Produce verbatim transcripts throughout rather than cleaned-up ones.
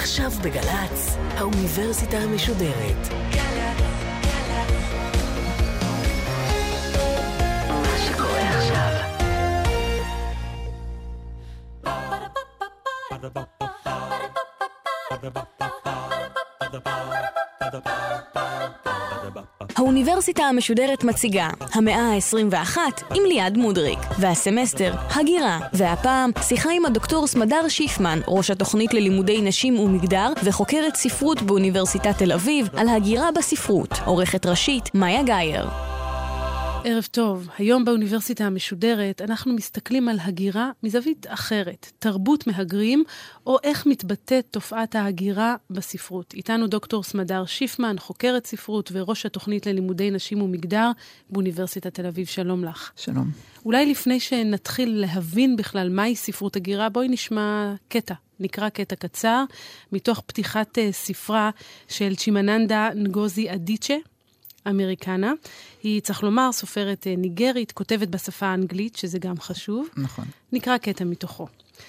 עכשיו בגלץ, האוניברסיטה המשודרת. מה שקורה עכשיו. האוניברסיטה המשודרת מציגה המאה ה-עשרים ואחת עם ליעד מודריק, והסמסטר הגירה, והפעם שיחה עם הדוקטור סמדר שיפמן, ראש התוכנית ללימודי נשים ומגדר וחוקרת ספרות באוניברסיטת תל אביב, על הגירה בספרות. עורכת ראשית מאיה גייר. ערב טוב, היום באוניברסיטה המשודרת אנחנו מסתכלים על הגירה מזווית אחרת, תרבות מהגרים, או איך מתבטאת תופעת ההגירה בספרות. איתנו דוקטור סמדר שיפמן, חוקרת ספרות וראש התוכנית ללימודי נשים ומגדר באוניברסיטת תל אביב. שלום לך. שלום. אולי לפני שנתחיל להבין בכלל מהי ספרות הגירה, בואי נשמע קטע. נקרא קטע קצר, מתוך פתיחת ספרה של צ'ימננדה נגוזי אדיצ'ה, אמריקנה. היא, צריך לומר, סופרת ניגרית, כותבת בשפה האנגלית, שזה גם חשוב. נכון. נקרא קטע מתוכו.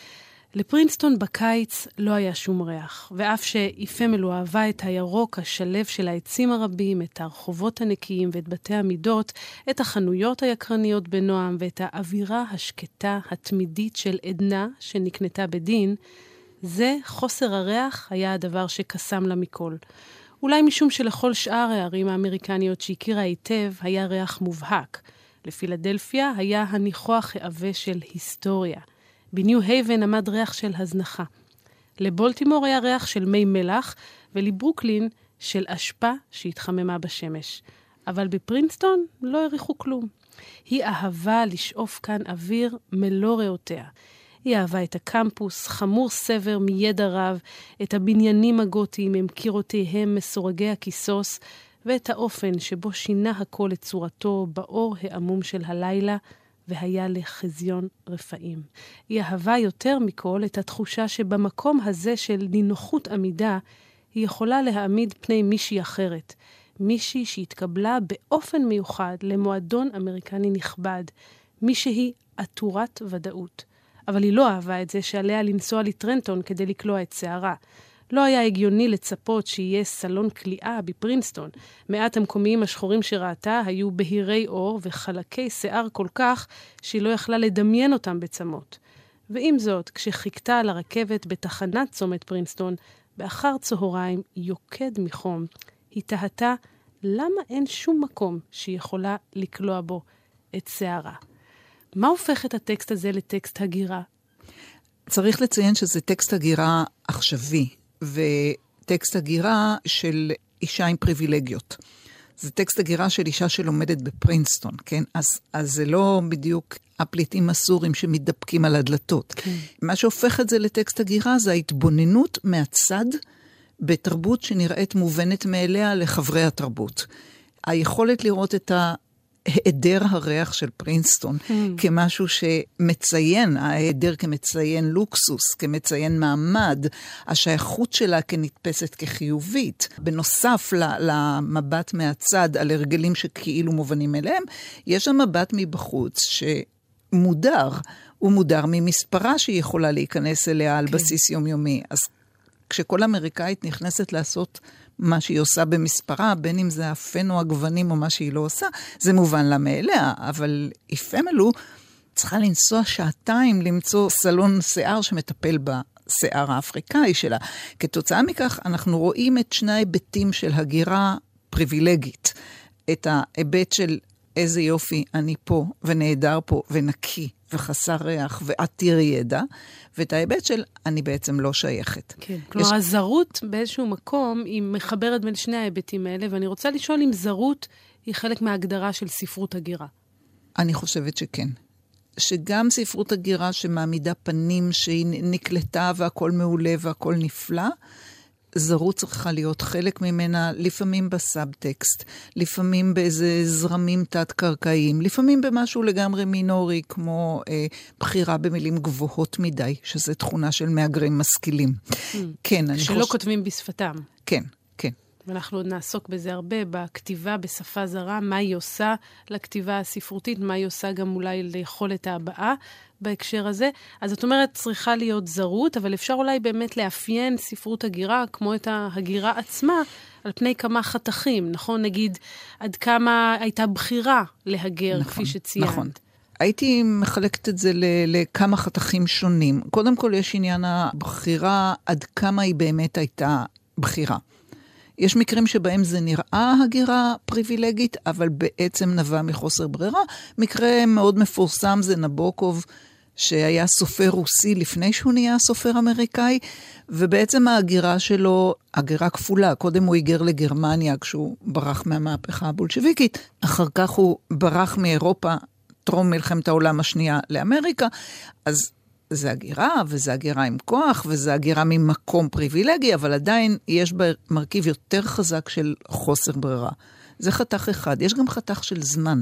לפרינסטון בקיץ לא היה שום ריח, ואף שאיפמלו אהבה את הירוק השלב של העצים הרבים, את הרחובות הנקיים ואת בתי המידות, את החנויות היקרניות בנועם ואת האווירה השקטה התמידית של עדנה שנקנתה בדין, זה, חוסר הריח, היה הדבר שקסם לה מכל. אולי משום שלכל שאר הערים האמריקניות שהכירה היטב היה ריח מובהק. לפילדלפיה היה הניחוח העווה של היסטוריה. בניו הייבן עמד ריח של הזנחה. לבולטימור היה ריח של מי מלח, ולברוקלין של אשפה שהתחממה בשמש. אבל בפרינסטון לא הריחו כלום. היא אהבה לשאוף כאן אוויר מלוא ריאותיה. היא אהבה את הקמפוס, חמור סבר מידע רב, את הבניינים הגותיים עם קירותיהם מסורגי הכיסוס, ואת האופן שבו שינה הכל את צורתו באור העמום של הלילה, והיה לחזיון רפאים. היא אהבה יותר מכל את התחושה שבמקום הזה של נינוחות עמידה, היא יכולה להעמיד פני מישהי אחרת, מישהי שהתקבלה באופן מיוחד למועדון אמריקני נכבד, מישהי עטורת ודאות. אבל היא לא אהבה את זה שעליה לנסוע לטרנטון כדי לקלוע את שערה. לא היה הגיוני לצפות שיהיה סלון קליעה בפרינסטון. מעט המקומיים השחורים שראתה היו בהירי אור וחלקי שיער כל כך שהיא לא יכלה לדמיין אותם בצמות. ועם זאת, כשחיכתה על הרכבת בתחנת צומת פרינסטון, באחר צהריים יוקד מחום, היא תהתה למה אין שום מקום שהיא יכולה לקלוע בו את שערה. מה הופך את הטקסט הזה לטקסט הגירה? צריך לציין שזה טקסט הגירה עכשווי, וטקסט הגירה של אישה עם פריבילגיות. זה טקסט הגירה של אישה שלומדת בפרינסטון, כן? אז, אז זה לא בדיוק הפליטים הסורים שמתדפקים על הדלתות. כן. מה שהופך את זה לטקסט הגירה זה ההתבוננות מהצד בתרבות שנראית מובנת מאליה לחברי התרבות. היכולת לראות את ה... היעדר הריח של פרינסטון, hmm. כמשהו שמציין, ההיעדר כמציין לוקסוס, כמציין מעמד, השייכות שלה כנתפסת כחיובית, בנוסף למבט מהצד על הרגלים שכאילו מובנים אליהם, יש שם מבט מבחוץ שמודר, הוא מודר ממספרה שהיא יכולה להיכנס אליה על okay. בסיס יומיומי. אז כשכל אמריקאית נכנסת לעשות מה שהיא עושה במספרה, בין אם זה הפן או הגוונים או מה שהיא לא עושה, זה מובן לה מאליה, אבל איפמלו צריכה לנסוע שעתיים למצוא סלון שיער שמטפל בשיער האפריקאי שלה. כתוצאה מכך אנחנו רואים את שני ההיבטים של הגירה פריבילגית, את ההיבט של איזה יופי אני פה ונהדר פה ונקי וחסר ריח ועתיר ידע, ואת ההיבט של אני בעצם לא שייכת. כן, כלומר, יש... הזרות באיזשהו מקום היא מחברת בין שני ההיבטים האלה, ואני רוצה לשאול אם זרות היא חלק מההגדרה של ספרות הגירה. אני חושבת שכן. שגם ספרות הגירה שמעמידה פנים שהיא נקלטה והכל מעולה והכל נפלא, זרות צריכה להיות חלק ממנה, לפעמים בסאבטקסט, לפעמים באיזה זרמים תת-קרקעיים, לפעמים במשהו לגמרי מינורי, כמו אה, בחירה במילים גבוהות מדי, שזו תכונה של מהגרים משכילים. Mm. כן, אני שלא חוש... כותבים בשפתם. כן, כן. ואנחנו עוד נעסוק בזה הרבה, בכתיבה בשפה זרה, מה היא עושה לכתיבה הספרותית, מה היא עושה גם אולי ליכולת ההבעה בהקשר הזה. אז זאת אומרת, צריכה להיות זרות, אבל אפשר אולי באמת לאפיין ספרות הגירה, כמו את ההגירה עצמה, על פני כמה חתכים, נכון? נגיד, עד כמה הייתה בחירה להגר, נכון, כפי שציינת. נכון. הייתי מחלקת את זה לכמה חתכים שונים. קודם כל, יש עניין הבחירה, עד כמה היא באמת הייתה בחירה. יש מקרים שבהם זה נראה הגירה פריבילגית, אבל בעצם נבע מחוסר ברירה. מקרה מאוד מפורסם זה נבוקוב, שהיה סופר רוסי לפני שהוא נהיה סופר אמריקאי, ובעצם ההגירה שלו, הגירה כפולה, קודם הוא היגר לגרמניה כשהוא ברח מהמהפכה הבולשביקית, אחר כך הוא ברח מאירופה, טרום מלחמת העולם השנייה לאמריקה, אז זה הגירה, וזה הגירה עם כוח, וזה הגירה ממקום פריבילגי, אבל עדיין יש בה מרכיב יותר חזק של חוסר ברירה. זה חתך אחד. יש גם חתך של זמן.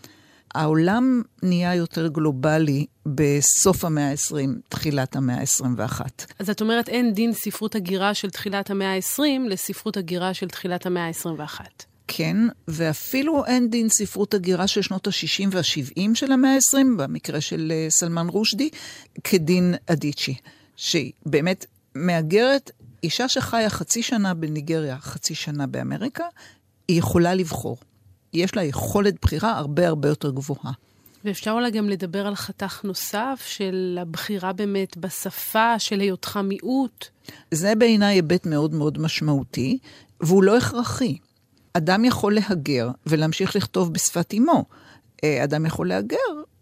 העולם נהיה יותר גלובלי בסוף המאה ה-עשרים, תחילת המאה ה-עשרים ואחת. אז את אומרת, אין דין ספרות הגירה של תחילת המאה ה-עשרים לספרות הגירה של תחילת המאה ה-עשרים ואחת. כן, ואפילו אין דין ספרות הגירה של שנות ה-שישים וה-שבעים של המאה ה-עשרים, במקרה של סלמן רושדי, כדין אדיצ'י, שהיא באמת מאגרת אישה שחיה חצי שנה בניגריה, חצי שנה באמריקה, היא יכולה לבחור. יש לה יכולת בחירה הרבה הרבה יותר גבוהה. ואפשר אולי גם לדבר על חתך נוסף של הבחירה באמת בשפה, של היותך מיעוט. זה בעיניי היבט מאוד מאוד משמעותי, והוא לא הכרחי. אדם יכול להגר ולהמשיך לכתוב בשפת אמו. אדם יכול להגר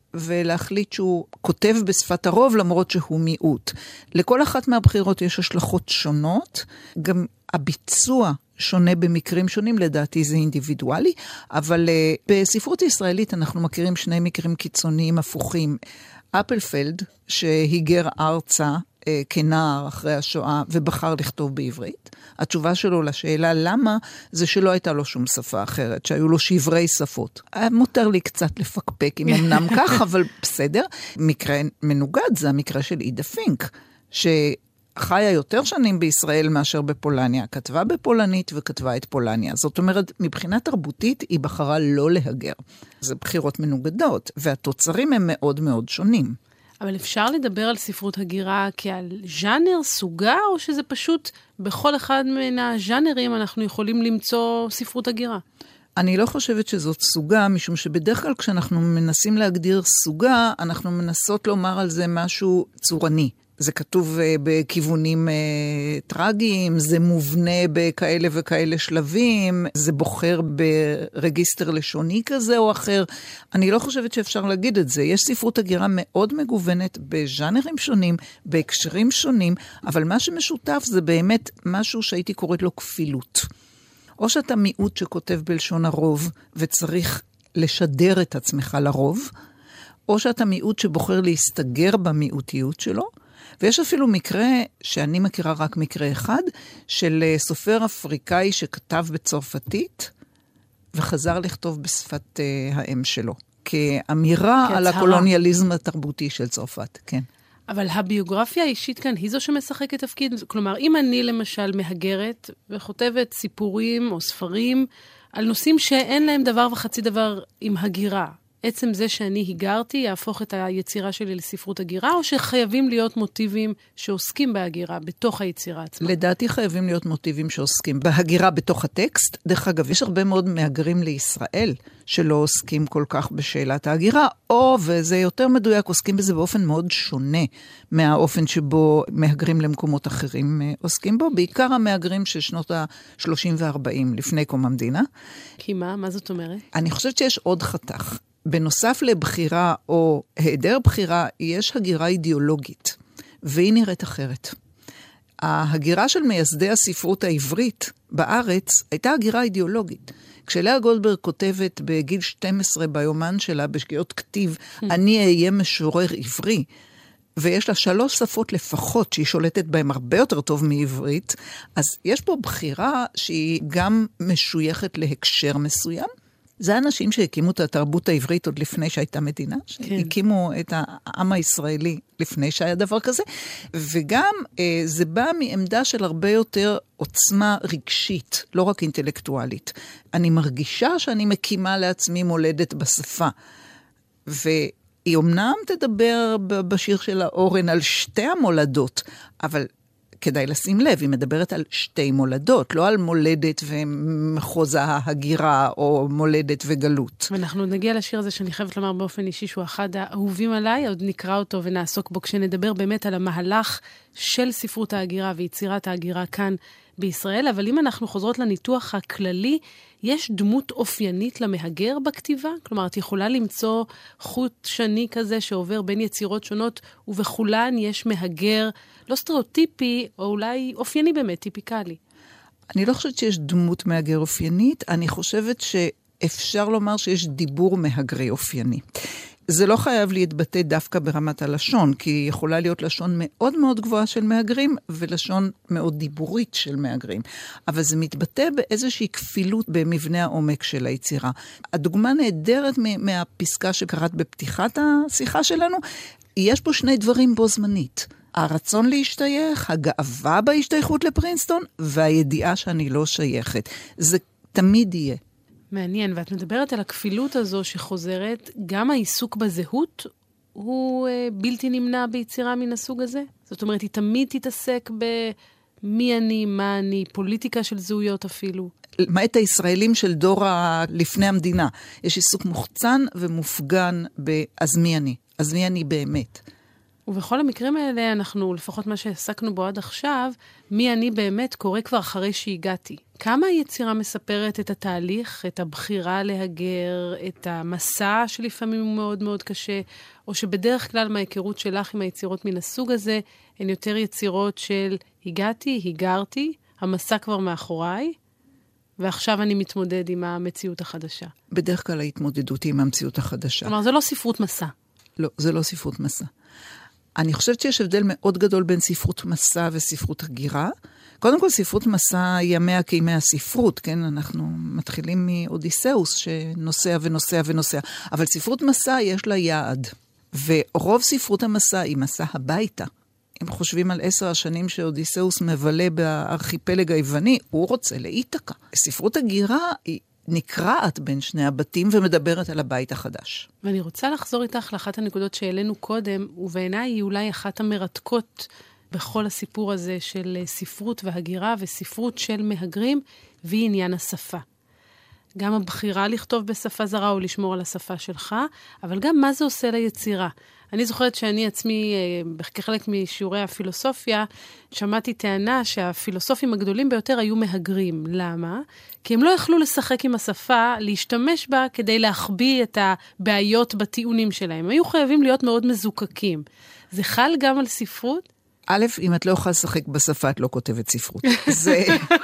ולהחליט שהוא כותב בשפת הרוב למרות שהוא מיעוט. לכל אחת מהבחירות יש השלכות שונות, גם הביצוע שונה במקרים שונים, לדעתי זה אינדיבידואלי, אבל uh, בספרות ישראלית אנחנו מכירים שני מקרים קיצוניים הפוכים. אפלפלד, שהיגר ארצה uh, כנער אחרי השואה ובחר לכתוב בעברית. התשובה שלו לשאלה למה, זה שלא הייתה לו שום שפה אחרת, שהיו לו שברי שפות. מותר לי קצת לפקפק אם אמנם כך, אבל בסדר. מקרה מנוגד זה המקרה של אידה פינק, ש... חיה יותר שנים בישראל מאשר בפולניה, כתבה בפולנית וכתבה את פולניה. זאת אומרת, מבחינה תרבותית היא בחרה לא להגר. זה בחירות מנוגדות, והתוצרים הם מאוד מאוד שונים. אבל אפשר לדבר על ספרות הגירה כעל ז'אנר, סוגה, או שזה פשוט בכל אחד מן הז'אנרים אנחנו יכולים למצוא ספרות הגירה? אני לא חושבת שזאת סוגה, משום שבדרך כלל כשאנחנו מנסים להגדיר סוגה, אנחנו מנסות לומר על זה משהו צורני. זה כתוב uh, בכיוונים uh, טרגיים, זה מובנה בכאלה וכאלה שלבים, זה בוחר ברגיסטר לשוני כזה או אחר. אני לא חושבת שאפשר להגיד את זה. יש ספרות הגירה מאוד מגוונת בז'אנרים שונים, בהקשרים שונים, אבל מה שמשותף זה באמת משהו שהייתי קוראת לו כפילות. או שאתה מיעוט שכותב בלשון הרוב וצריך לשדר את עצמך לרוב, או שאתה מיעוט שבוחר להסתגר במיעוטיות שלו, ויש אפילו מקרה, שאני מכירה רק מקרה אחד, של סופר אפריקאי שכתב בצרפתית, וחזר לכתוב בשפת uh, האם שלו, כאמירה על הקולוניאליזם התרבותי של צרפת, כן. אבל הביוגרפיה האישית כאן היא זו שמשחקת תפקיד. כלומר, אם אני למשל מהגרת וחוטבת סיפורים או ספרים על נושאים שאין להם דבר וחצי דבר עם הגירה, עצם זה שאני היגרתי יהפוך את היצירה שלי לספרות הגירה, או שחייבים להיות מוטיבים שעוסקים בהגירה בתוך היצירה עצמה? לדעתי חייבים להיות מוטיבים שעוסקים בהגירה בתוך הטקסט. דרך אגב, יש הרבה מאוד מהגרים לישראל שלא עוסקים כל כך בשאלת ההגירה, או, וזה יותר מדויק, עוסקים בזה באופן מאוד שונה מהאופן שבו מהגרים למקומות אחרים עוסקים בו, בעיקר המהגרים של שנות ה-שלושים ו-ארבעים לפני קום המדינה. כי מה? מה זאת אומרת? אני חושבת שיש עוד חתך. בנוסף לבחירה או היעדר בחירה, יש הגירה אידיאולוגית, והיא נראית אחרת. ההגירה של מייסדי הספרות העברית בארץ הייתה הגירה אידיאולוגית. כשלאה גולדברג כותבת בגיל שתים עשרה ביומן שלה, בשגיאות כתיב, אני אהיה משורר עברי, ויש לה שלוש שפות לפחות שהיא שולטת בהן הרבה יותר טוב מעברית, אז יש פה בחירה שהיא גם משויכת להקשר מסוים, זה אנשים שהקימו את התרבות העברית עוד לפני שהייתה מדינה, שהקימו את העם הישראלי לפני שהיה דבר כזה, וגם אה, זה בא מעמדה של הרבה יותר עוצמה רגשית, לא רק אינטלקטואלית. אני מרגישה שאני מקימה לעצמי מולדת בשפה, והיא אמנם תדבר בשיר של האורן על שתי המולדות, אבל כדאי לשים לב, היא מדברת על שתי מולדות, לא על מולדת ומחוז ההגירה, או מולדת וגלות. ואנחנו נגיע לשיר הזה שאני חייבת לומר באופן אישי, שהוא אחד האהובים עליי, עוד נקרא אותו ונעסוק בו, כשנדבר באמת על המהלך של ספרות ההגירה ויצירת ההגירה כאן בישראל. אבל אם אנחנו חוזרות לניתוח הכללי, יש דמות אופיינית למהגר בכתיבה? כלומר, את יכולה למצוא חוט שני כזה שעובר בין יצירות שונות, ובכולן יש מהגר לא סטריאוטיפי, או אולי אופייני באמת, טיפיקלי. אני לא חושבת שיש דמות מהגר אופיינית, אני חושבת שאפשר לומר שיש דיבור מהגרי אופייני. זה לא חייב להתבטא דווקא ברמת הלשון, כי יכולה להיות לשון מאוד מאוד גבוהה של מהגרים, ולשון מאוד דיבורית של מהגרים. אבל זה מתבטא באיזושהי כפילות במבנה העומק של היצירה. הדוגמה נהדרת מהפסקה שקראת בפתיחת השיחה שלנו, יש פה שני דברים בו זמנית. הרצון להשתייך, הגאווה בהשתייכות לפרינסטון, והידיעה שאני לא שייכת. זה תמיד יהיה. מעניין, ואת מדברת על הכפילות הזו שחוזרת, גם העיסוק בזהות הוא אה, בלתי נמנע ביצירה מן הסוג הזה? זאת אומרת, היא תמיד תתעסק במי אני, מה אני, פוליטיקה של זהויות אפילו. למעט הישראלים של דור ה... לפני המדינה, יש עיסוק מוחצן ומופגן ב"אז מי אני", אז מי אני באמת. ובכל המקרים האלה אנחנו, לפחות מה שעסקנו בו עד עכשיו, מי אני באמת קורה כבר אחרי שהגעתי. כמה היצירה מספרת את התהליך, את הבחירה להגר, את המסע שלפעמים הוא מאוד מאוד קשה, או שבדרך כלל מההיכרות שלך עם היצירות מן הסוג הזה, הן יותר יצירות של הגעתי, הגרתי, המסע כבר מאחוריי, ועכשיו אני מתמודד עם המציאות החדשה. בדרך כלל ההתמודדות היא עם המציאות החדשה. כלומר, זה לא ספרות מסע. לא, זה לא ספרות מסע. אני חושבת שיש הבדל מאוד גדול בין ספרות מסע וספרות הגירה. קודם כל, ספרות מסע ימיה כימי הספרות, כן? אנחנו מתחילים מאודיסאוס שנוסע ונוסע ונוסע. אבל ספרות מסע יש לה יעד. ורוב ספרות המסע היא מסע הביתה. אם חושבים על עשר השנים שאודיסאוס מבלה בארכיפלג היווני, הוא רוצה לאיתקה. ספרות הגירה היא נקרעת בין שני הבתים ומדברת על הבית החדש. ואני רוצה לחזור איתך לאחת הנקודות שהעלינו קודם, ובעיניי היא אולי אחת המרתקות בכל הסיפור הזה של ספרות והגירה וספרות של מהגרים, והיא עניין השפה. גם הבחירה לכתוב בשפה זרה או לשמור על השפה שלך, אבל גם מה זה עושה ליצירה. אני זוכרת שאני עצמי, כחלק משיעורי הפילוסופיה, שמעתי טענה שהפילוסופים הגדולים ביותר היו מהגרים. למה? כי הם לא יכלו לשחק עם השפה, להשתמש בה כדי להחביא את הבעיות בטיעונים שלהם. הם היו חייבים להיות מאוד מזוקקים. זה חל גם על ספרות? א', אם את לא יכולה לשחק בשפה, את לא כותבת ספרות. זה...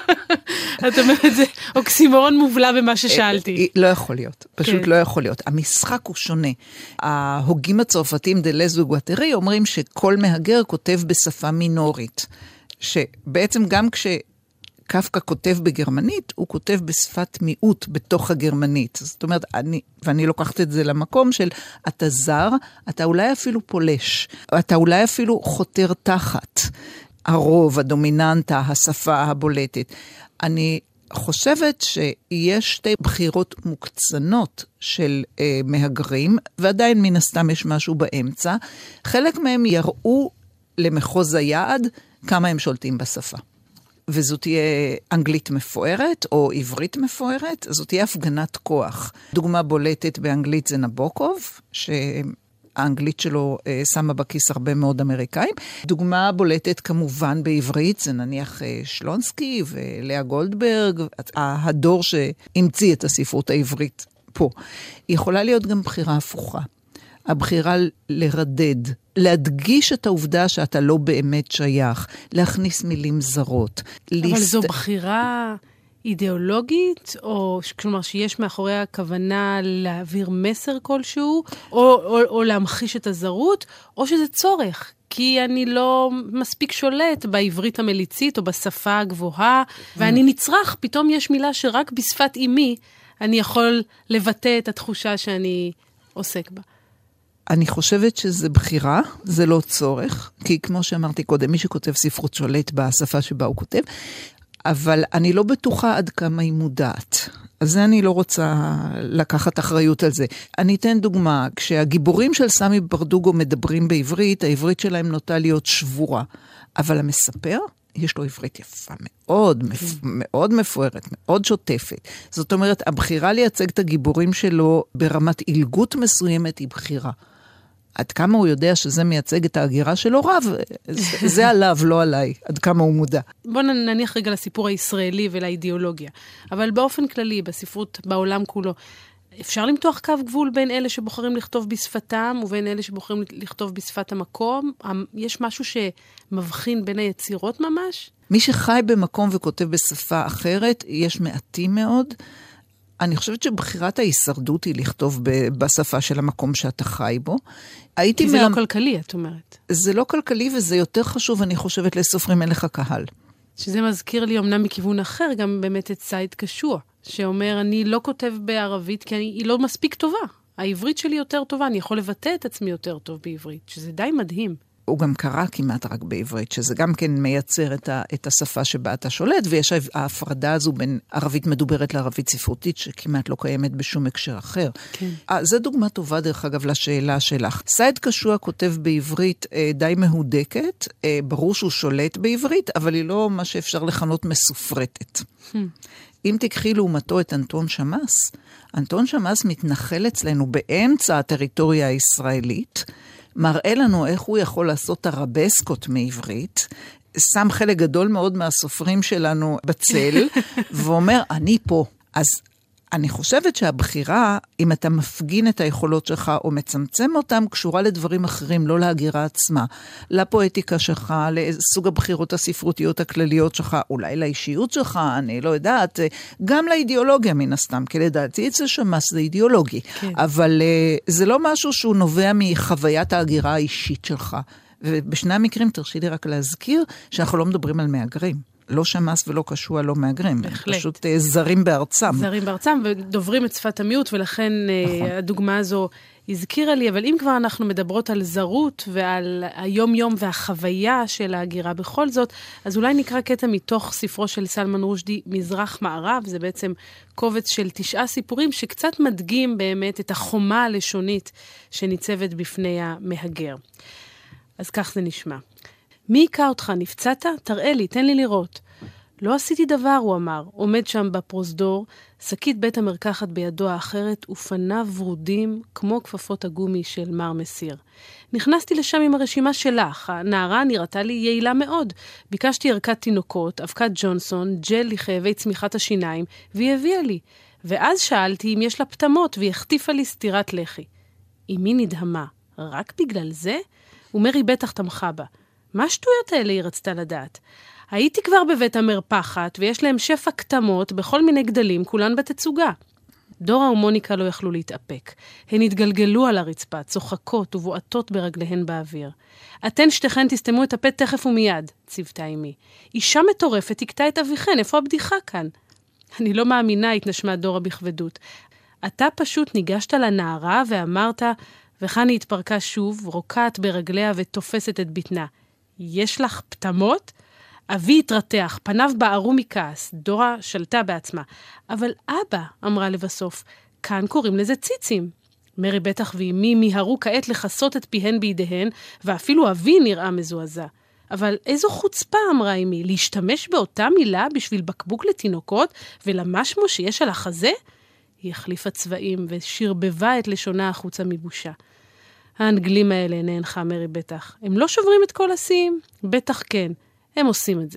את אומרת, זה אוקסימורון מובלע במה ששאלתי. לא יכול להיות, פשוט לא יכול להיות. המשחק הוא שונה. ההוגים הצרפתים דלז וגואטרי אומרים שכל מהגר כותב בשפה מינורית. שבעצם גם כשקפקא כותב בגרמנית, הוא כותב בשפת מיעוט בתוך הגרמנית. זאת אומרת, אני, ואני לוקחת את זה למקום של אתה זר, אתה אולי אפילו פולש, אתה אולי אפילו חותר תחת הרוב, הדומיננטה, השפה הבולטת. אני חושבת שיש שתי בחירות מוקצנות של אה, מהגרים, ועדיין מן הסתם יש משהו באמצע. חלק מהם יראו למחוז היעד כמה הם שולטים בשפה. וזאת תהיה אנגלית מפוארת או עברית מפוארת, זאת תהיה הפגנת כוח. דוגמה בולטת באנגלית זה נבוקוב, ש... האנגלית שלו אה, שמה בכיס הרבה מאוד אמריקאים. דוגמה בולטת כמובן בעברית, זה נניח אה, שלונסקי ולאה גולדברג, הדור שהמציא את הספרות העברית פה. יכולה להיות גם בחירה הפוכה. הבחירה לרדד, להדגיש את העובדה שאתה לא באמת שייך, להכניס מילים זרות. אבל להסת... זו בחירה אידיאולוגית, או כלומר שיש מאחורי הכוונה להעביר מסר כלשהו, או, או, או להמחיש את הזרות, או שזה צורך, כי אני לא מספיק שולט בעברית המליצית או בשפה הגבוהה, ואני נצרח, פתאום יש מילה שרק בשפת אימי אני יכול לבטא את התחושה שאני עוסק בה? אני חושבת שזה בחירה, זה לא צורך, כי כמו שאמרתי קודם, מי שכותב ספרות שולט בשפה שבה הוא כותב, אבל אני לא בטוחה עד כמה היא מודעת. אז זה אני לא רוצה לקחת אחריות על זה. אני אתן דוגמה, כשהגיבורים של סמי ברדוגו מדברים בעברית, העברית שלהם נוטה להיות שבורה, אבל המספר, יש לו עברית יפה מאוד, מפ... מאוד מפוארת, מאוד שוטפת. זאת אומרת, הבחירה לייצג את הגיבורים שלו ברמת אילגות מסוימת היא בחירה. עד כמה הוא יודע שזה מייצג את ההגירה שלו רב, זה, זה עליו, לא עליי, עד כמה הוא מודע. בוא נניח רגע לסיפור הישראלי ולאידיאולוגיה, אבל באופן כללי, בספרות בעולם כולו, אפשר למתוח קו גבול בין אלה שבוחרים לכתוב בשפתם, ובין אלה שבוחרים לכתוב בשפת המקום? יש משהו שמבחין בין היצירות ממש? מי שחי במקום וכותב בשפה אחרת, יש מעטים מאוד. אני חושבת שבחירת ההישרדות היא לכתוב בשפה של המקום שאתה חי בו. כי זה מה... לא כלכלי, את אומרת. זה לא כלכלי, וזה יותר חשוב, אני חושבת, לסופרים אין לך קהל. שזה מזכיר לי, אמנם מכיוון אחר, גם באמת את סייד קשוע, שאומר, אני לא כותב בערבית, כי אני, היא לא מספיק טובה. העברית שלי יותר טובה, אני יכול לבטא את עצמי יותר טוב בעברית, שזה די מדהים. הוא גם קרא כמעט רק בעברית, שזה גם כן מייצר את, ה, את השפה שבה אתה שולט, ויש ההפרדה הזו בין ערבית מדוברת לערבית ספרותית, שכמעט לא קיימת בשום הקשר אחר. כן. זו דוגמה טובה, דרך אגב, לשאלה שלך. סייד קשוע כותב בעברית אה, די מהודקת, אה, ברור שהוא שולט בעברית, אבל היא לא מה שאפשר לכנות מסופרטת. Hmm. אם תקחי לעומתו את אנטון שמאס, אנטון שמאס מתנחל אצלנו באמצע הטריטוריה הישראלית, מראה לנו איך הוא יכול לעשות הרבסקות מעברית, שם חלק גדול מאוד מהסופרים שלנו בצל, ואומר, אני פה. אז אני חושבת שהבחירה, אם אתה מפגין את היכולות שלך או מצמצם אותם, קשורה לדברים אחרים, לא להגירה עצמה. לפואטיקה שלך, לסוג הבחירות הספרותיות הכלליות שלך, אולי לאישיות שלך, אני לא יודעת, גם לאידיאולוגיה מן הסתם, כי לדעתי אצל שמאס זה אידיאולוגי. כן. אבל זה לא משהו שהוא נובע מחוויית ההגירה האישית שלך. ובשני המקרים תרשי לי רק להזכיר שאנחנו לא מדברים על מהגרים. לא שמאס ולא קשוע, לא מאגרים. בהחלט. פשוט uh, זרים בארצם. זרים בארצם, ודוברים את שפת המיעוט, ולכן נכון. uh, הדוגמה הזו הזכירה לי, אבל אם כבר אנחנו מדברות על זרות, ועל היום-יום והחוויה של ההגירה בכל זאת, אז אולי נקרא קטע מתוך ספרו של סלמן רושדי, מזרח מערב, זה בעצם קובץ של תשעה סיפורים, שקצת מדגים באמת את החומה הלשונית, שניצבת בפני המהגר. אז כך זה נשמע. מי יקע אותך? נפצעת? תראה לי, תן לי לראות. לא עשיתי דבר, הוא אמר. עומד שם בפרוזדור, שקית בית המרקחת בידו האחרת, ופניו ורודים כמו כפפות הגומי של מר מסיר. נכנסתי לשם עם הרשימה שלך. הנערה נראתה לי יעילה מאוד. ביקשתי ערכת תינוקות, אבקת ג'ונסון, ג'ל לכאבי צמיחת השיניים, והיא הביאה לי. ואז שאלתי אם יש לה פתמות, והיא החטיפה לי סתירת לחי. אמי נדהמה. רק בגלל זה? ומרי בטח תמכה בה. מה השטויות האלה היא רצתה לדעת? הייתי כבר בבית המרפחת, ויש להם שפע קטמות בכל מיני גדלים, כולן בתצוגה. דורה ומוניקה לא יכלו להתאפק. הן התגלגלו על הרצפה, צוחקות ובועטות ברגליהן באוויר. אתן שתיכן תסתמו את הפה תכף ומיד, ציוותה אמי. אישה מטורפת תקטע את אביכן, איפה הבדיחה כאן? אני לא מאמינה, התנשמה דורה בכבדות. אתה פשוט ניגשת לנערה ואמרת, וכאן היא התפרקה שוב, רוקעת ברגליה ותופסת את בטנה. יש לך פתמות? אבי התרתח, פניו בערו מכעס, דורה שלטה בעצמה. אבל אבא, אמרה לבסוף, כאן קוראים לזה ציצים. מרי בטח ואימי מיהרו כעת לחסות את פיהן בידיהן, ואפילו אבי נראה מזועזע. אבל איזו חוצפה, אמרה אמי, להשתמש באותה מילה בשביל בקבוק לתינוקות, ולמשמו שיש על החזה? היא החליפה צבעים ושרבבה את לשונה החוצה מבושה. האנגלים האלה, נענך מרי בטח, הם לא שוברים את כל השיאים? בטח כן, הם עושים את זה.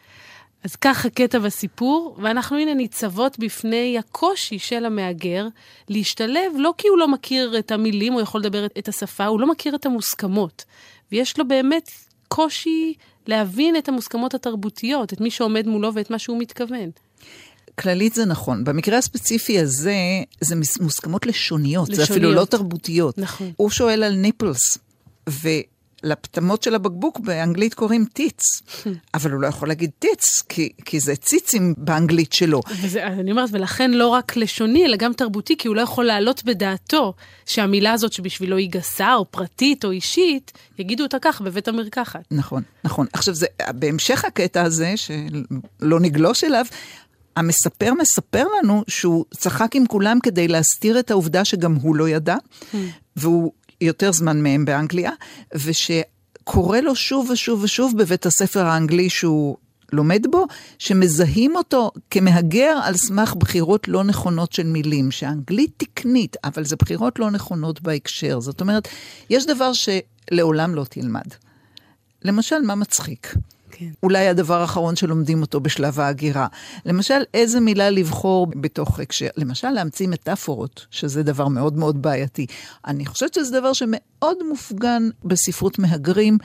אז כך הקטע בסיפור, ואנחנו הנה ניצבות בפני הקושי של המאגר, להשתלב לא כי הוא לא מכיר את המילים, הוא יכול לדבר את השפה, הוא לא מכיר את המוסכמות. ויש לו באמת קושי להבין את המוסכמות התרבותיות, את מי שעומד מולו ואת מה שהוא מתכוון. כללית זה נכון. במקרה הספציפי הזה, זה מוסכמות לשוניות, לשוניות. זה אפילו לא תרבותיות. נכון. הוא שואל על ניפלס, לפטמות של הבקבוק באנגלית קוראים טיץ, אבל הוא לא יכול להגיד טיץ, כי, כי זה ציצים באנגלית שלו. וזה, אני אומרת, ולכן לא רק לשוני, אלא גם תרבותי, כי הוא לא יכול לעלות בדעתו שהמילה הזאת שבשבילו היא גסה, או פרטית, או אישית, יגידו אותה כך בבית המרקחת. נכון, נכון. עכשיו, זה, בהמשך הקטע הזה, שלא נגלוש אליו, המספר מספר לנו שהוא צחק עם כולם כדי להסתיר את העובדה שגם הוא לא ידע, והוא יותר זמן מהם באנגליה, ושקורא לו שוב ושוב ושוב בבית הספר האנגלי שהוא לומד בו, שמזהים אותו כמהגר על סמך בחירות לא נכונות של מילים, שהאנגלית תקנית, אבל זה בחירות לא נכונות בהקשר. זאת אומרת, יש דבר שלעולם לא תלמד. למשל, מה מצחיק? כן. אולי הדבר האחרון שלומדים אותו בשלב ההגירה. למשל, איזה מילה לבחור בתוך הקשר. למשל, להמציא מטאפורות, שזה דבר מאוד מאוד בעייתי. אני חושבת שזה דבר שמאוד מופגן בספרות מהגרים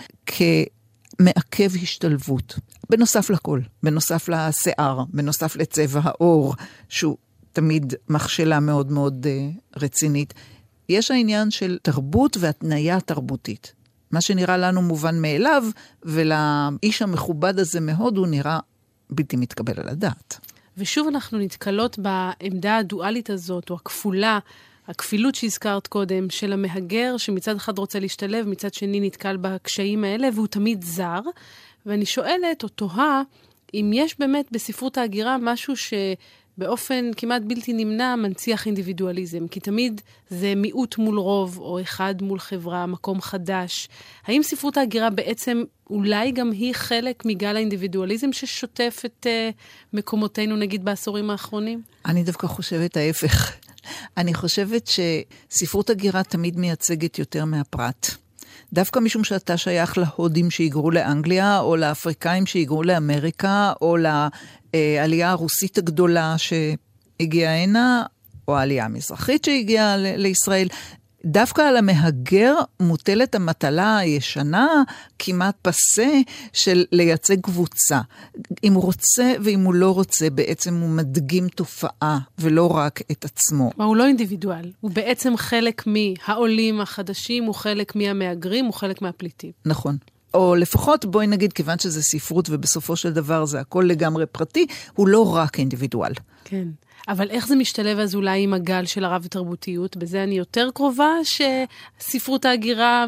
כמעכב השתלבות. בנוסף לכל, בנוסף לשיער, בנוסף לצבע האור, שהוא תמיד מכשלה מאוד מאוד uh, רצינית. יש העניין של תרבות והתניה תרבותית. מה שנראה לנו מובן מאליו, ולאיש המכובד הזה מאוד הוא נראה בלתי מתקבל על הדעת. ושוב אנחנו נתקלות בעמדה הדואלית הזאת, או הכפולה, הכפילות שהזכרת קודם, של המהגר, שמצד אחד רוצה להשתלב, מצד שני נתקל בקשיים האלה, והוא תמיד זר. ואני שואלת או תוהה, אם יש באמת בספרות ההגירה משהו ש... באופן כמעט בלתי נמנע מנציח אינדיבידואליזם, כי תמיד זה מיעוט מול רוב, או אחד מול חברה, מקום חדש. האם ספרות ההגירה בעצם אולי גם היא חלק מגל האינדיבידואליזם ששוטף את uh, מקומותינו, נגיד בעשורים האחרונים? אני דווקא חושבת ההפך. אני חושבת שספרות הגירה תמיד מייצגת יותר מהפרט. דווקא משום שאתה שייך להודים שהיגרו לאנגליה, או לאפריקאים שהיגרו לאמריקה, או לעלייה הרוסית הגדולה שהגיעה הנה, או העלייה המזרחית שהגיעה לישראל. דווקא על המהגר מוטלת המטלה הישנה, כמעט פסה, של לייצג קבוצה. אם הוא רוצה ואם הוא לא רוצה, בעצם הוא מדגים תופעה, ולא רק את עצמו. הוא לא אינדיבידואל, הוא בעצם חלק מהעולים החדשים, הוא חלק מהמהגרים, הוא חלק מהפליטים. נכון. או לפחות, בואי נגיד, כיוון שזה ספרות, ובסופו של דבר זה הכל לגמרי פרטי, הוא לא רק אינדיבידואל. כן. אבל איך זה משתלב אז אולי עם הגל של הרב תרבותיות? בזה אני יותר קרובה שספרות ההגירה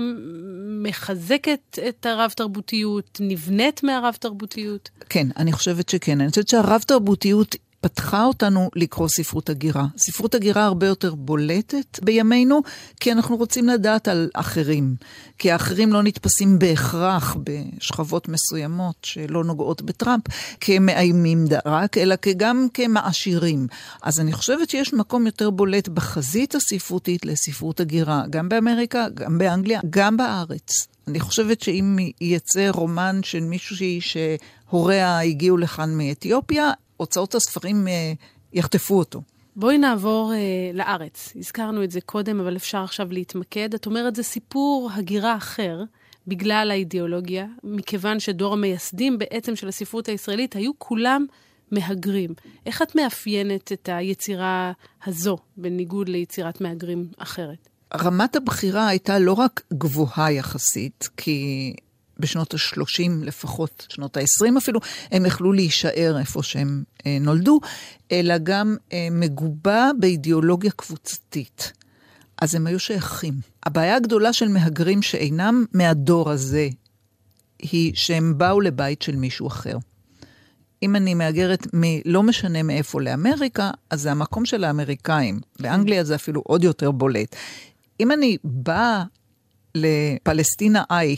מחזקת את הרב תרבותיות, נבנית מהרב תרבותיות? כן, אני חושבת שכן. אני חושבת שהרב תרבותיות פתחה אותנו לקרוא ספרות הגירה. ספרות הגירה הרבה יותר בולטת בימינו, כי אנחנו רוצים לדעת על אחרים. כי האחרים לא נתפסים בהכרח בשכבות מסוימות שלא נוגעות בטראמפ, כמאיימים רק, אלא גם כמעשירים. אז אני חושבת שיש מקום יותר בולט בחזית הספרותית לספרות הגירה, גם באמריקה, גם באנגליה, גם בארץ. אני חושבת שאם יצא רומן של מישהו שהוריה הגיעו לכאן מאתיופיה, הוצאות הספרים אה, יחטפו אותו. בואי נעבור אה, לארץ. הזכרנו את זה קודם, אבל אפשר עכשיו להתמקד. את אומרת, זה סיפור הגירה אחר, בגלל האידיאולוגיה, מכיוון שדור המייסדים בעצם של הספרות הישראלית, היו כולם מהגרים. איך את מאפיינת את היצירה הזו, בניגוד ליצירת מהגרים אחרת? רמת הבחירה הייתה לא רק גבוהה יחסית, כי בשנות ה-שלושים לפחות, שנות ה-עשרים אפילו, הם יכלו להישאר איפה שהם אה, נולדו, אלא גם אה, מגובה באידיאולוגיה קבוצתית. אז הם היו שייכים. הבעיה הגדולה של מהגרים שאינם מהדור הזה, היא שהם באו לבית של מישהו אחר. אם אני מהגרת מ- לא משנה מאיפה לאמריקה, אז זה המקום של האמריקאים. באנגליה זה אפילו עוד יותר בולט. אם אני באה לפלסטינה איי,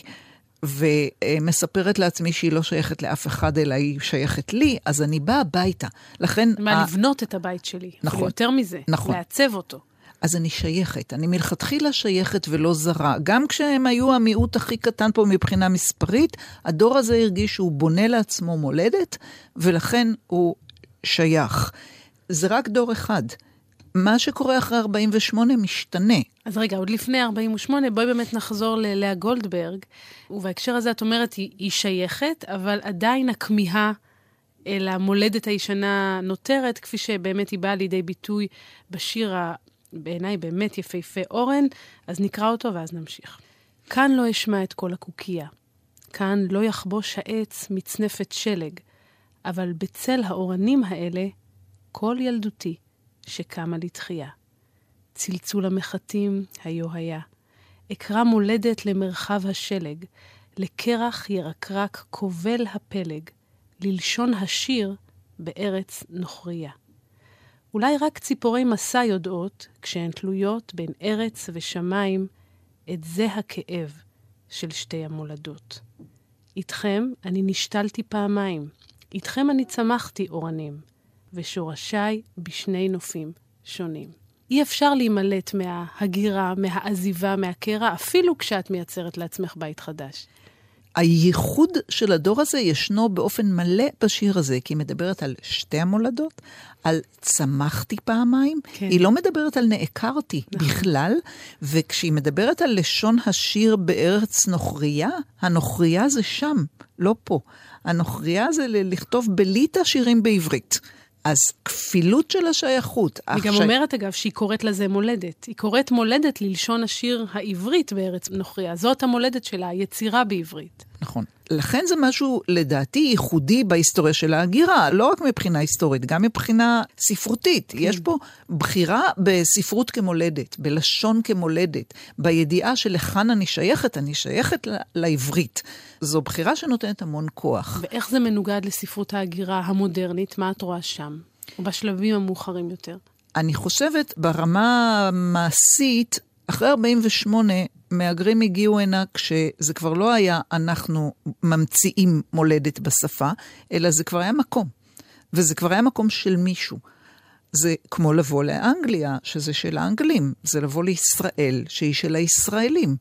ומספרת לעצמי שהיא לא שייכת לאף אחד, אלא היא שייכת לי, אז אני באה הביתה. לכן... מה, ה... לבנות את הבית שלי. נכון. יותר מזה. נכון. לעצב אותו. אז אני שייכת. אני מלכתחילה שייכת ולא זרה. גם כשהם היו המיעוט הכי קטן פה מבחינה מספרית, הדור הזה הרגיש שהוא בונה לעצמו מולדת, ולכן הוא שייך. זה רק דור אחד. מה שקורה אחרי ארבעים ושמונה משתנה. אז רגע, עוד לפני ארבעים ושמונה, בואי באמת נחזור ללאה גולדברג, ובהקשר הזה את אומרת, היא, היא שייכת, אבל עדיין הכמיהה אל המולדת הישנה נותרת, כפי שבאמת היא באה לידי ביטוי בשיר, בעיניי באמת יפהפה אורן, אז נקרא אותו ואז נמשיך. כאן לא אשמע את כל הקוקייה. כאן לא יחבוש העץ מצנפת שלג, אבל בצל האורנים האלה, כל ילדותי שקמה לתחייה. צלצול המחטים היו היה. אקרא מולדת למרחב השלג, לקרח ירקרק כובל הפלג, ללשון השיר בארץ נוכריה. אולי רק ציפורי מסע יודעות, כשהן תלויות בין ארץ ושמיים, את זה הכאב של שתי המולדות. איתכם אני נשתלתי פעמיים, איתכם אני צמחתי אורנים, ושורשיי בשני נופים שונים. אי אפשר להימלט מההגירה, מהעזיבה, מהקרע, אפילו כשאת מייצרת לעצמך בית חדש. הייחוד של הדור הזה ישנו באופן מלא בשיר הזה, כי היא מדברת על שתי המולדות, על צמחתי פעמיים, כן. היא לא מדברת על נעקרתי נכון. בכלל, וכשהיא מדברת על לשון השיר בארץ נוכריה, הנוכריה זה שם, לא פה. הנוכריה זה לכתוב בליטה שירים בעברית. אז כפילות של השייכות. היא גם אומרת, אגב, שהיא קוראת לזה מולדת. היא קוראת מולדת ללשון השיר העברית בארץ נוכריה. זאת המולדת שלה, היצירה בעברית. נכון. לכן זה משהו, לדעתי, ייחודי בהיסטוריה של ההגירה. לא רק מבחינה היסטורית, גם מבחינה ספרותית. כן. יש פה בחירה בספרות כמולדת, בלשון כמולדת, בידיעה שלכאן אני שייכת, אני שייכת לעברית. זו בחירה שנותנת המון כוח. ואיך זה מנוגד לספרות ההגירה המודרנית? מה את רואה שם? או בשלבים המאוחרים יותר? אני חושבת, ברמה המעשית, אחרי ארבעים ושמונה, מהגרים הגיעו הנה כשזה כבר לא היה אנחנו ממציאים מולדת בשפה, אלא זה כבר היה מקום. וזה כבר היה מקום של מישהו. זה כמו לבוא לאנגליה, שזה של האנגלים. זה לבוא לישראל, שהיא של הישראלים.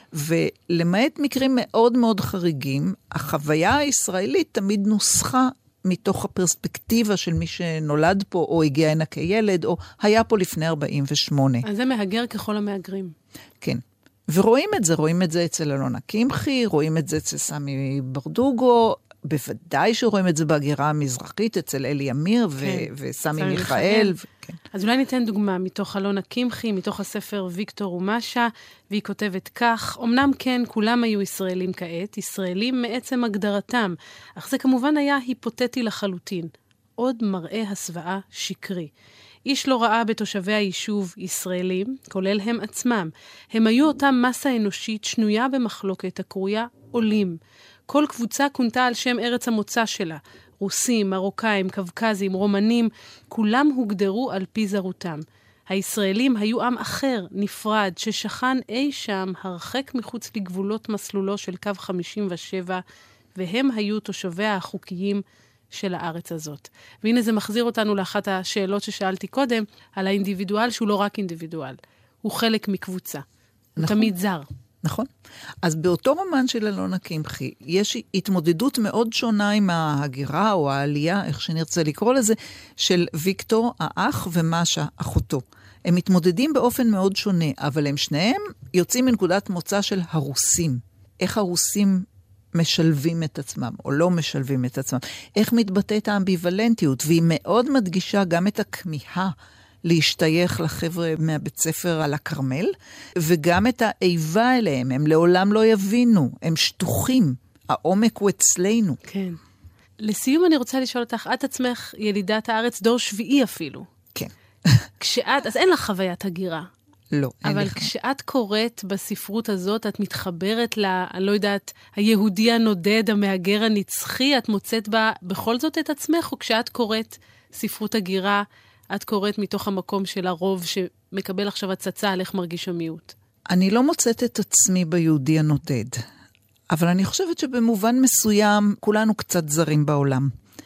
ולמעט מקרים מאוד מאוד חריגים, החוויה הישראלית תמיד נוסחה מתוך הפרספקטיבה של מי שנולד פה, או הגיע הנה כילד, או היה פה לפני ארבעים ושמונה. אז זה מהגר ככל המהגרים. כן. ורואים את זה, רואים את זה אצל אלונה קמחי, רואים את זה אצל סמי ברדוגו, בוודאי שרואים את זה בהגירה המזרחית, אצל אלי אמיר ו- כן, וסמי מיכאל. מיכאל. ו- כן. אז אולי ניתן דוגמה מתוך אלונה קמחי, מתוך הספר ויקטור ומשה, והיא כותבת כך, אמנם כן, כולם היו ישראלים כעת, ישראלים מעצם הגדרתם, אך זה כמובן היה היפותטי לחלוטין. עוד מראה הסוואה שקרי. איש לא ראה בתושבי היישוב ישראלים, כולל הם עצמם. הם היו אותה מסה אנושית שנויה במחלוקת הקרויה עולים. כל קבוצה כונתה על שם ארץ המוצא שלה. רוסים, מרוקאים, קווקזים, רומנים, כולם הוגדרו על פי זרותם. הישראלים היו עם אחר, נפרד, ששכן אי שם הרחק מחוץ לגבולות מסלולו של קו חמישים ושבע, והם היו תושביה החוקיים של הארץ הזאת. והנה זה מחזיר אותנו לאחת השאלות ששאלתי קודם, על האינדיבידואל שהוא לא רק אינדיבידואל, הוא חלק מקבוצה. נכון. הוא תמיד זר. נכון. אז באותו רומן של אלונה קמחי, יש התמודדות מאוד שונה עם ההגירה או העלייה, איך שנרצה לקרוא לזה, של ויקטור האח ומשה אחותו. הם מתמודדים באופן מאוד שונה, אבל הם שניהם יוצאים מנקודת מוצא של הרוסים. איך הרוסים משלבים את עצמם, או לא משלבים את עצמם. איך מתבטאת האמביוולנטיות, והיא מאוד מדגישה גם את הכמיהה להשתייך לחבר'ה מהבית ספר על הכרמל, וגם את האיבה אליהם, הם לעולם לא יבינו, הם שטוחים, העומק הוא אצלנו. כן. לסיום אני רוצה לשאול אותך, את עצמך ילידת הארץ דור שביעי אפילו. כן. כשאת, אז אין לך חוויית הגירה. לא, אין אבל לך. כשאת קוראת בספרות הזאת, את מתחברת ל, אני לא יודעת, היהודי הנודד, המהגר הנצחי, את מוצאת בה בכל זאת את עצמך, או כשאת קוראת ספרות הגירה, את קוראת מתוך המקום של הרוב שמקבל עכשיו הצצה על איך מרגיש המיעוט? אני לא מוצאת את עצמי ביהודי הנודד, אבל אני חושבת שבמובן מסוים כולנו קצת זרים בעולם.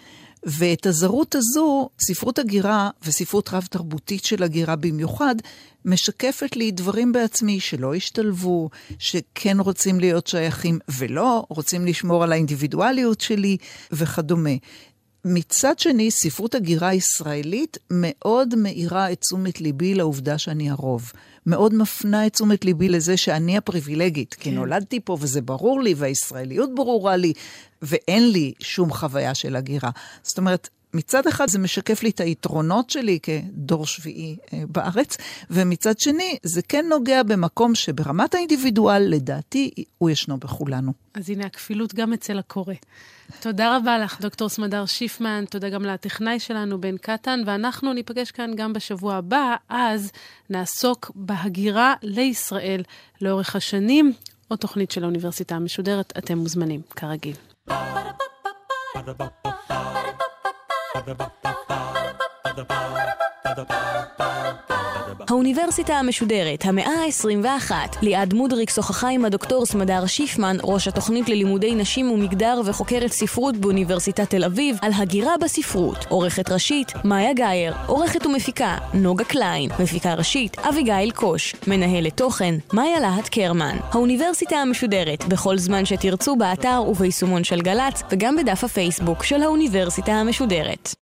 ואת הזרות הזו, ספרות הגירה וספרות רב-תרבותית של הגירה במיוחד, משקפת לי דברים בעצמי שלא השתלבו, שכן רוצים להיות שייכים ולא, רוצים לשמור על האינדיבידואליות שלי וכדומה. מצד שני, ספרות הגירה הישראלית מאוד מאירה את תשומת ליבי לעובדה שאני הרוב. מאוד מפנה את תשומת ליבי לזה שאני הפריבילגית, כי נולדתי פה וזה ברור לי, והישראליות ברורה לי, ואין לי שום חוויה של הגירה. זאת אומרת, מצד אחד זה משקף לי את היתרונות שלי כדור שביעי בארץ, ומצד שני זה כן נוגע במקום שברמת האינדיבידואל, לדעתי, הוא ישנו בכולנו. אז הנה הכפילות גם אצל הקורא. תודה רבה לך, דוקטור סמדר שיפמן, תודה גם לטכנאי שלנו בן קטן, ואנחנו ניפגש כאן גם בשבוע הבא, אז נעסוק בהגירה לישראל לאורך השנים, או תוכנית של האוניברסיטה המשודרת, אתם מוזמנים, כרגיל. האוניברסיטה המשודרת, המאה ה-עשרים ואחת. ליעד מודריק שוחחה עם הדוקטור סמדר שיפמן, ראש התוכנית ללימודי נשים ומגדר וחוקרת ספרות באוניברסיטת תל אביב, על הגירה בספרות. עורכת ראשית, מאיה גייר. עורכת ומפיקה, נוגה קליין. מפיקה ראשית, אביגיל קוש. מנהלת תוכן, מאיה להט קרמן. האוניברסיטה המשודרת, בכל זמן שתרצו באתר וביישומון של גלץ, וגם בדף הפייסבוק של האוניברסיטה המשודרת.